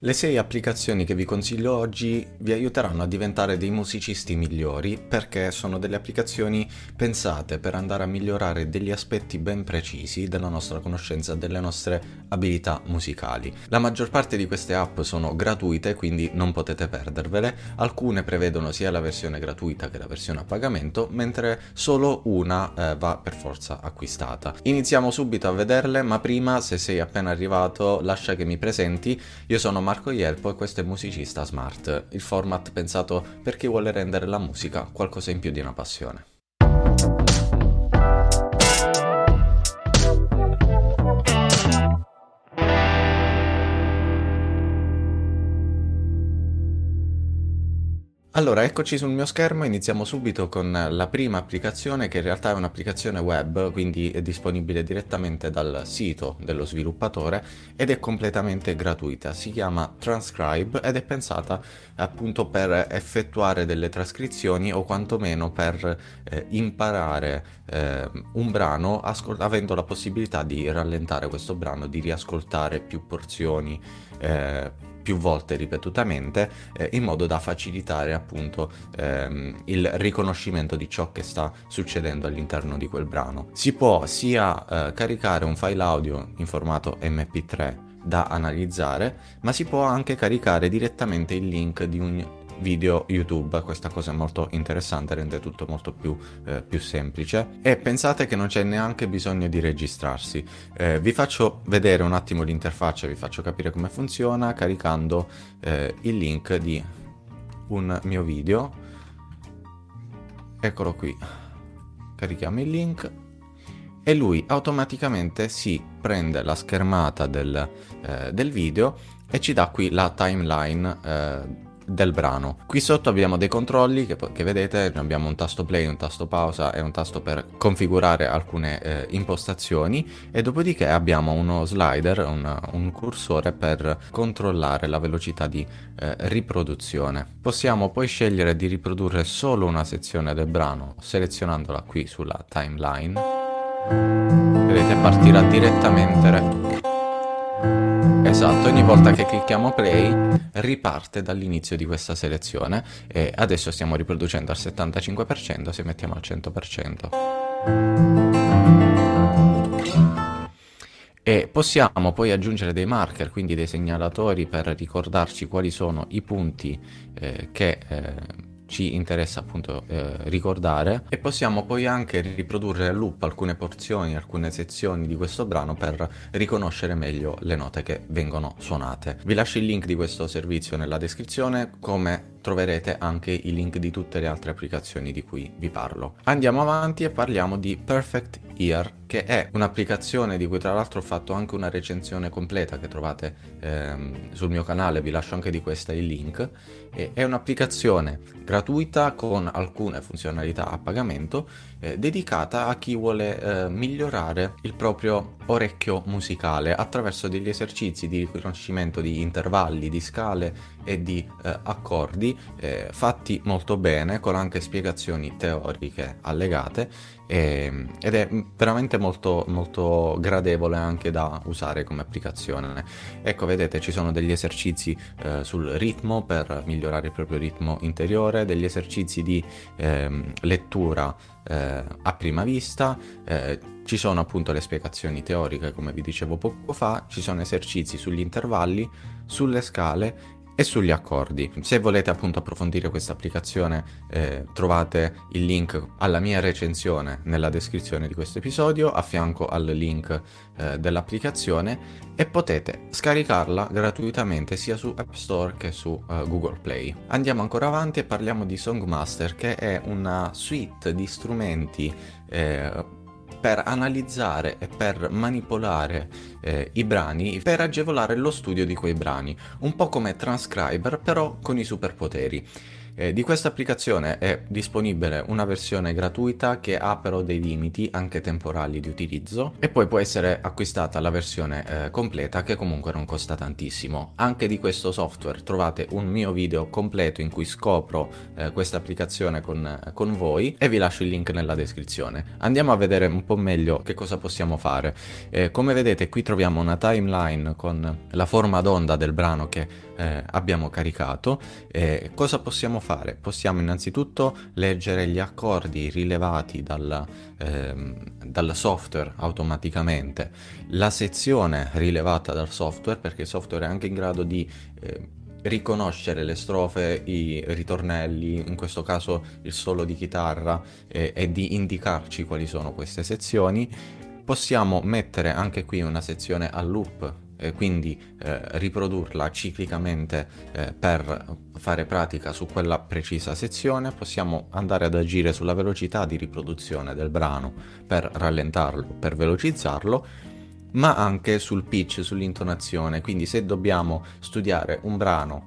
Le 6 applicazioni che vi consiglio oggi vi aiuteranno a diventare dei musicisti migliori perché sono delle applicazioni pensate per andare a migliorare degli aspetti ben precisi della nostra conoscenza, delle nostre abilità musicali. La maggior parte di queste app sono gratuite, quindi non potete perdervele. Alcune prevedono sia la versione gratuita che la versione a pagamento, mentre solo una va per forza acquistata. Iniziamo subito a vederle, ma prima, se sei appena arrivato, lascia che mi presenti. Io sono Marco Ielpo e questo è Musicista Smart, il format pensato per chi vuole rendere la musica qualcosa in più di una passione. Allora, eccoci sul mio schermo, iniziamo subito con la prima applicazione che in realtà è un'applicazione web, quindi è disponibile direttamente dal sito dello sviluppatore ed è completamente gratuita. Si chiama Transcribe ed è pensata appunto per effettuare delle trascrizioni o quantomeno per imparare un brano avendo la possibilità di rallentare questo brano, di riascoltare più porzioni più volte ripetutamente in modo da facilitare appunto il riconoscimento di ciò che sta succedendo all'interno di quel brano. Si può sia caricare un file audio in formato MP3 da analizzare, ma si può anche caricare direttamente il link di un video YouTube. Questa cosa è molto interessante, rende tutto molto più semplice e pensate che non c'è neanche bisogno di registrarsi. Vi faccio vedere un attimo l'interfaccia, vi faccio capire come funziona caricando il link di un mio video. Eccolo qui, carichiamo il link e lui automaticamente si prende la schermata del video e ci dà qui la timeline del brano. Qui sotto abbiamo dei controlli che vedete, abbiamo un tasto play, un tasto pausa e un tasto per configurare alcune impostazioni e dopodiché abbiamo uno slider, un cursore per controllare la velocità di riproduzione. Possiamo poi scegliere di riprodurre solo una sezione del brano selezionandola qui sulla timeline. Vedete, partirà direttamente. Esatto, ogni volta che clicchiamo play riparte dall'inizio di questa selezione e adesso stiamo riproducendo al 75%, se mettiamo al 100%. E possiamo poi aggiungere dei marker, quindi dei segnalatori per ricordarci quali sono i punti che ci interessa appunto ricordare, e possiamo poi anche riprodurre a loop alcune porzioni, alcune sezioni di questo brano per riconoscere meglio le note che vengono suonate. Vi lascio il link di questo servizio nella descrizione, come troverete anche i link di tutte le altre applicazioni di cui vi parlo. Andiamo avanti e parliamo di Perfect Ear, che è un'applicazione di cui tra l'altro ho fatto anche una recensione completa che trovate sul mio canale, vi lascio anche di questa il link. È un'applicazione gratuita con alcune funzionalità a pagamento dedicata a chi vuole migliorare il proprio orecchio musicale attraverso degli esercizi di riconoscimento di intervalli, di scale e di accordi fatti molto bene, con anche spiegazioni teoriche allegate, ed è veramente molto, molto gradevole anche da usare come applicazione. Ecco, vedete, ci sono degli esercizi sul ritmo per migliorare il proprio ritmo interiore, degli esercizi di lettura a prima vista, ci sono appunto le spiegazioni teoriche come vi dicevo poco fa, ci sono esercizi sugli intervalli, sulle scale e sugli accordi. Se volete appunto approfondire questa applicazione trovate il link alla mia recensione nella descrizione di questo episodio, a fianco al link dell'applicazione, e potete scaricarla gratuitamente sia su App Store che su Google Play. Andiamo ancora avanti e parliamo di Songmaster, che è una suite di strumenti per analizzare e per manipolare i brani, per agevolare lo studio di quei brani, un po' come Transcriber però con i superpoteri. Di questa applicazione è disponibile una versione gratuita che ha però dei limiti anche temporali di utilizzo, e poi può essere acquistata la versione completa, che comunque non costa tantissimo. Anche di questo software trovate un mio video completo in cui scopro questa applicazione con voi, e vi lascio il link nella descrizione. Andiamo a vedere un po' meglio che cosa possiamo fare. Come vedete qui troviamo una timeline con la forma d'onda del brano che abbiamo caricato. Cosa possiamo fare? Possiamo innanzitutto leggere gli accordi rilevati dal software automaticamente, la sezione rilevata dal software, perché il software è anche in grado di riconoscere le strofe, i ritornelli, in questo caso il solo di chitarra, e di indicarci quali sono queste sezioni. Possiamo mettere anche qui una sezione a loop, quindi riprodurla ciclicamente per fare pratica su quella precisa sezione. Possiamo andare ad agire sulla velocità di riproduzione del brano per rallentarlo, per velocizzarlo, ma anche sul pitch, sull'intonazione. Quindi se dobbiamo studiare un brano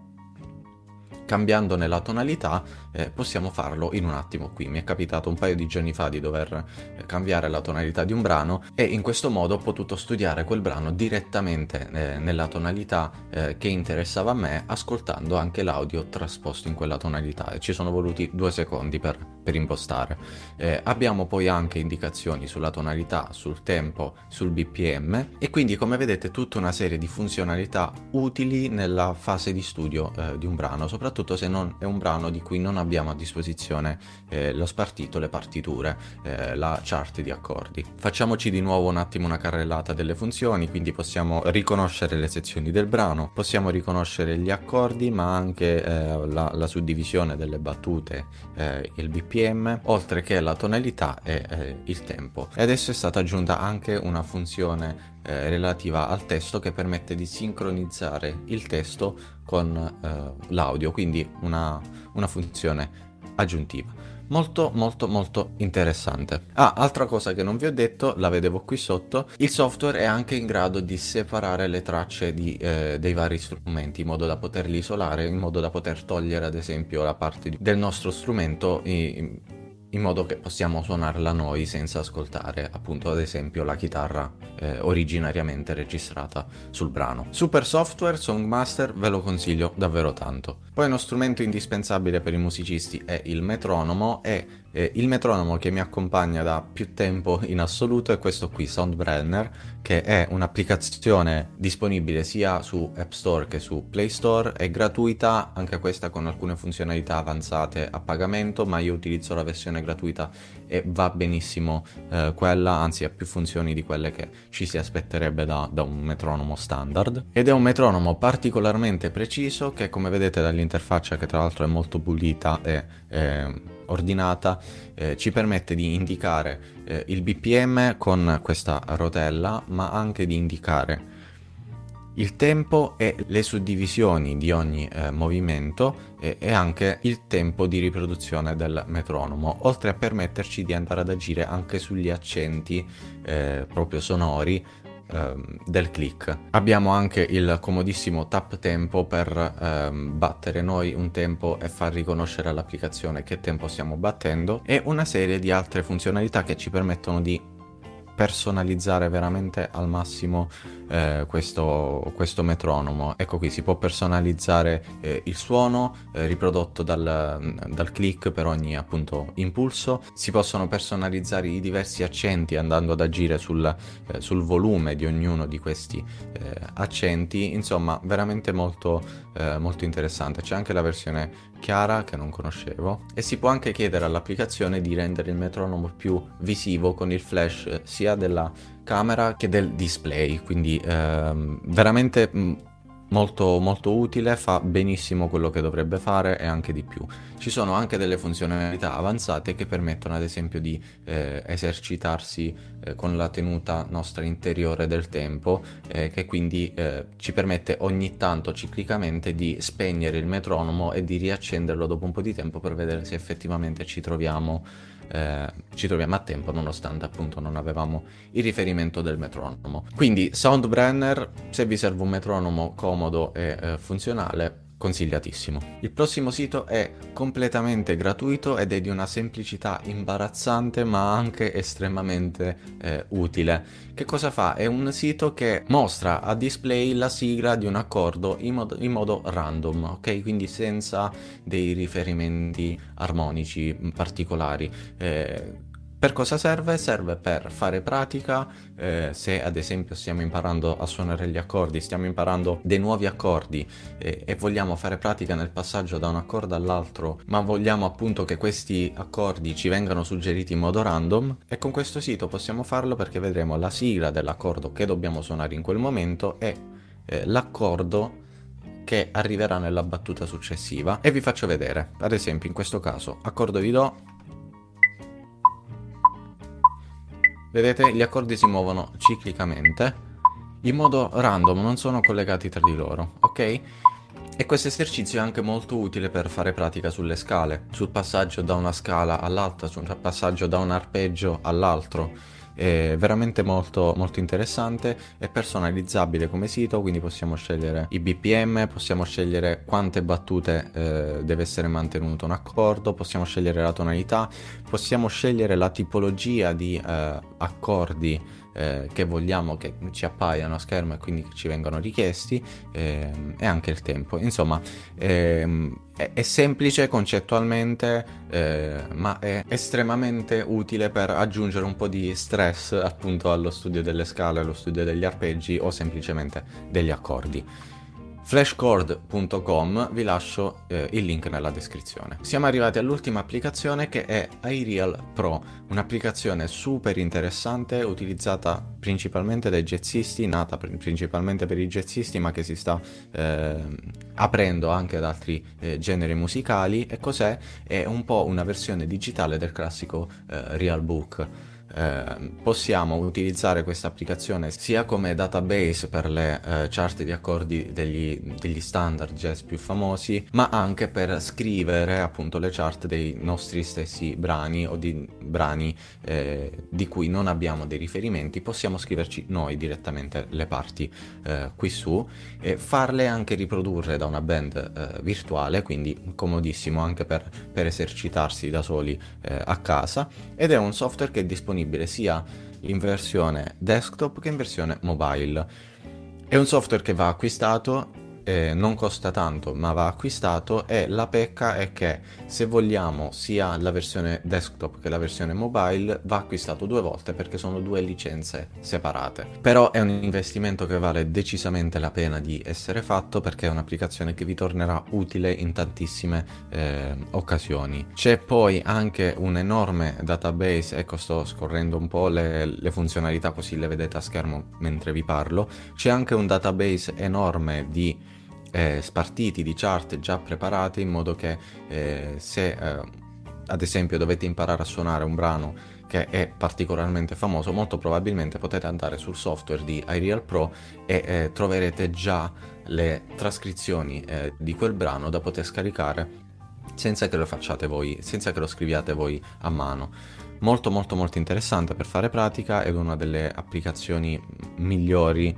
cambiandone la tonalità, possiamo farlo in un attimo qui. Mi è capitato un paio di giorni fa di dover cambiare la tonalità di un brano, e in questo modo ho potuto studiare quel brano direttamente nella tonalità che interessava a me, ascoltando anche l'audio trasposto in quella tonalità, e ci sono voluti 2 secondi per impostare. Abbiamo poi anche indicazioni sulla tonalità, sul tempo, sul BPM, e quindi come vedete tutta una serie di funzionalità utili nella fase di studio di un brano, soprattutto se non è un brano di cui non abbiamo a disposizione lo spartito, le partiture, la chart di accordi. Facciamoci di nuovo un attimo una carrellata delle funzioni. Quindi possiamo riconoscere le sezioni del brano, possiamo riconoscere gli accordi, ma anche la suddivisione delle battute, il BPM, oltre che la tonalità e il tempo. E adesso è stata aggiunta anche una funzione relativa al testo, che permette di sincronizzare il testo con l'audio, quindi una funzione aggiuntiva molto molto molto interessante. Altra cosa che non vi ho detto, la vedevo qui sotto: il software è anche in grado di separare le tracce dei vari strumenti, in modo da poterli isolare, in modo da poter togliere ad esempio la parte del nostro strumento in modo che possiamo suonarla noi senza ascoltare appunto ad esempio la chitarra originariamente registrata sul brano. Super software, Songmaster, ve lo consiglio davvero tanto. Poi uno strumento indispensabile per i musicisti è il metronomo, e il metronomo che mi accompagna da più tempo in assoluto è questo qui, Soundbrenner, che è un'applicazione disponibile sia su App Store che su Play Store. È gratuita, anche questa con alcune funzionalità avanzate a pagamento, ma io utilizzo la versione gratuita e va benissimo quella, anzi ha più funzioni di quelle che ci si aspetterebbe da un metronomo standard. Ed è un metronomo particolarmente preciso che, come vedete dall'interfaccia, che tra l'altro è molto pulita e ordinata, ci permette di indicare il BPM con questa rotella, ma anche di indicare il tempo e le suddivisioni di ogni movimento, e anche il tempo di riproduzione del metronomo, oltre a permetterci di andare ad agire anche sugli accenti proprio sonori del click. Abbiamo anche il comodissimo tap tempo per battere noi un tempo e far riconoscere all'applicazione che tempo stiamo battendo, e una serie di altre funzionalità che ci permettono di personalizzare veramente al massimo questo metronomo. Ecco qui, si può personalizzare il suono riprodotto dal click per ogni appunto impulso. Si possono personalizzare i diversi accenti andando ad agire sul volume di ognuno di questi accenti. Insomma, veramente molto interessante. C'è anche la versione chiara che non conoscevo, e si può anche chiedere all'applicazione di rendere il metronomo più visivo con il flash sia della camera che del display. Quindi veramente molto molto utile, fa benissimo quello che dovrebbe fare e anche di più. Ci sono anche delle funzionalità avanzate che permettono ad esempio di esercitarsi con la tenuta nostra interiore del tempo, che quindi ci permette ogni tanto ciclicamente di spegnere il metronomo e di riaccenderlo dopo un po' di tempo, per vedere se effettivamente ci troviamo a tempo, nonostante appunto non avevamo il riferimento del metronomo. Quindi Soundbrenner, se vi serve un metronomo comodo e funzionale, consigliatissimo. Il prossimo sito è completamente gratuito ed è di una semplicità imbarazzante ma anche estremamente utile. Che cosa fa? È un sito che mostra a display la sigla di un accordo in modo random, ok? Quindi senza dei riferimenti armonici particolari. Per cosa serve? Serve per fare pratica, se ad esempio stiamo imparando a suonare gli accordi, stiamo imparando dei nuovi accordi e vogliamo fare pratica nel passaggio da un accordo all'altro, ma vogliamo appunto che questi accordi ci vengano suggeriti in modo random, e con questo sito possiamo farlo perché vedremo la sigla dell'accordo che dobbiamo suonare in quel momento e l'accordo che arriverà nella battuta successiva, e vi faccio vedere. Ad esempio in questo caso accordo di Do. Vedete, gli accordi si muovono ciclicamente, in modo random, non sono collegati tra di loro, ok? E questo esercizio è anche molto utile per fare pratica sulle scale, sul passaggio da una scala all'altra, sul passaggio da un arpeggio all'altro. È veramente molto, molto interessante, è personalizzabile come sito, quindi possiamo scegliere i BPM, possiamo scegliere quante battute deve essere mantenuto un accordo, possiamo scegliere la tonalità, possiamo scegliere la tipologia di accordi che vogliamo che ci appaiano a schermo e quindi che ci vengano richiesti, e anche il tempo. Insomma, è semplice concettualmente, ma è estremamente utile per aggiungere un po' di stress appunto allo studio delle scale, allo studio degli arpeggi o semplicemente degli accordi. Flashchord.com, vi lascio il link nella descrizione. Siamo arrivati all'ultima applicazione, che è iReal Pro, un'applicazione super interessante utilizzata principalmente dai jazzisti, nata principalmente per i jazzisti ma che si sta aprendo anche ad altri generi musicali. E cos'è? È un po' una versione digitale del classico Real Book. Possiamo utilizzare questa applicazione sia come database per le chart di accordi degli standard jazz più famosi, ma anche per scrivere appunto le chart dei nostri stessi brani o di brani di cui non abbiamo dei riferimenti. Possiamo scriverci noi direttamente le parti qui su e farle anche riprodurre da una band virtuale, quindi comodissimo anche per esercitarsi da soli a casa, ed è un software che è disponibile sia in versione desktop che in versione mobile. È un software che va acquistato, non costa tanto ma va acquistato, e la pecca è che se vogliamo sia la versione desktop che la versione mobile va acquistato 2 volte perché sono 2 licenze separate. Però è un investimento che vale decisamente la pena di essere fatto, perché è un'applicazione che vi tornerà utile in tantissime occasioni. C'è poi anche un enorme database, ecco, sto scorrendo un po' le funzionalità così le vedete a schermo mentre vi parlo. C'è anche un database enorme di spartiti di chart già preparate, in modo che se ad esempio dovete imparare a suonare un brano che è particolarmente famoso, molto probabilmente potete andare sul software di iReal Pro e troverete già le trascrizioni di quel brano da poter scaricare senza che lo facciate voi, senza che lo scriviate voi a mano. Molto molto molto interessante per fare pratica, ed una delle applicazioni migliori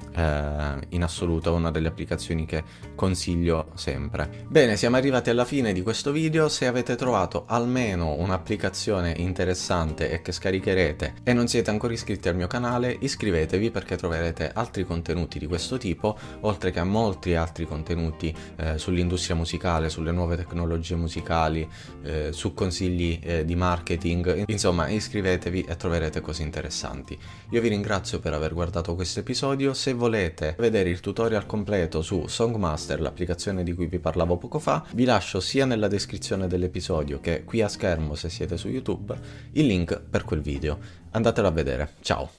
in assoluto, una delle applicazioni che consiglio sempre. Bene, siamo arrivati alla fine di questo video. Se avete trovato almeno un'applicazione interessante e che scaricherete e non siete ancora iscritti al mio canale, iscrivetevi, perché troverete altri contenuti di questo tipo, oltre che a molti altri contenuti sull'industria musicale, sulle nuove tecnologie musicali, su consigli di marketing. Insomma, iscrivetevi e troverete cose interessanti. Io vi ringrazio per aver guardato questo episodio. Se volete vedere il tutorial completo su Songmaster, l'applicazione di cui vi parlavo poco fa, vi lascio sia nella descrizione dell'episodio che qui a schermo se siete su YouTube il link per quel video. Andatelo a vedere. Ciao!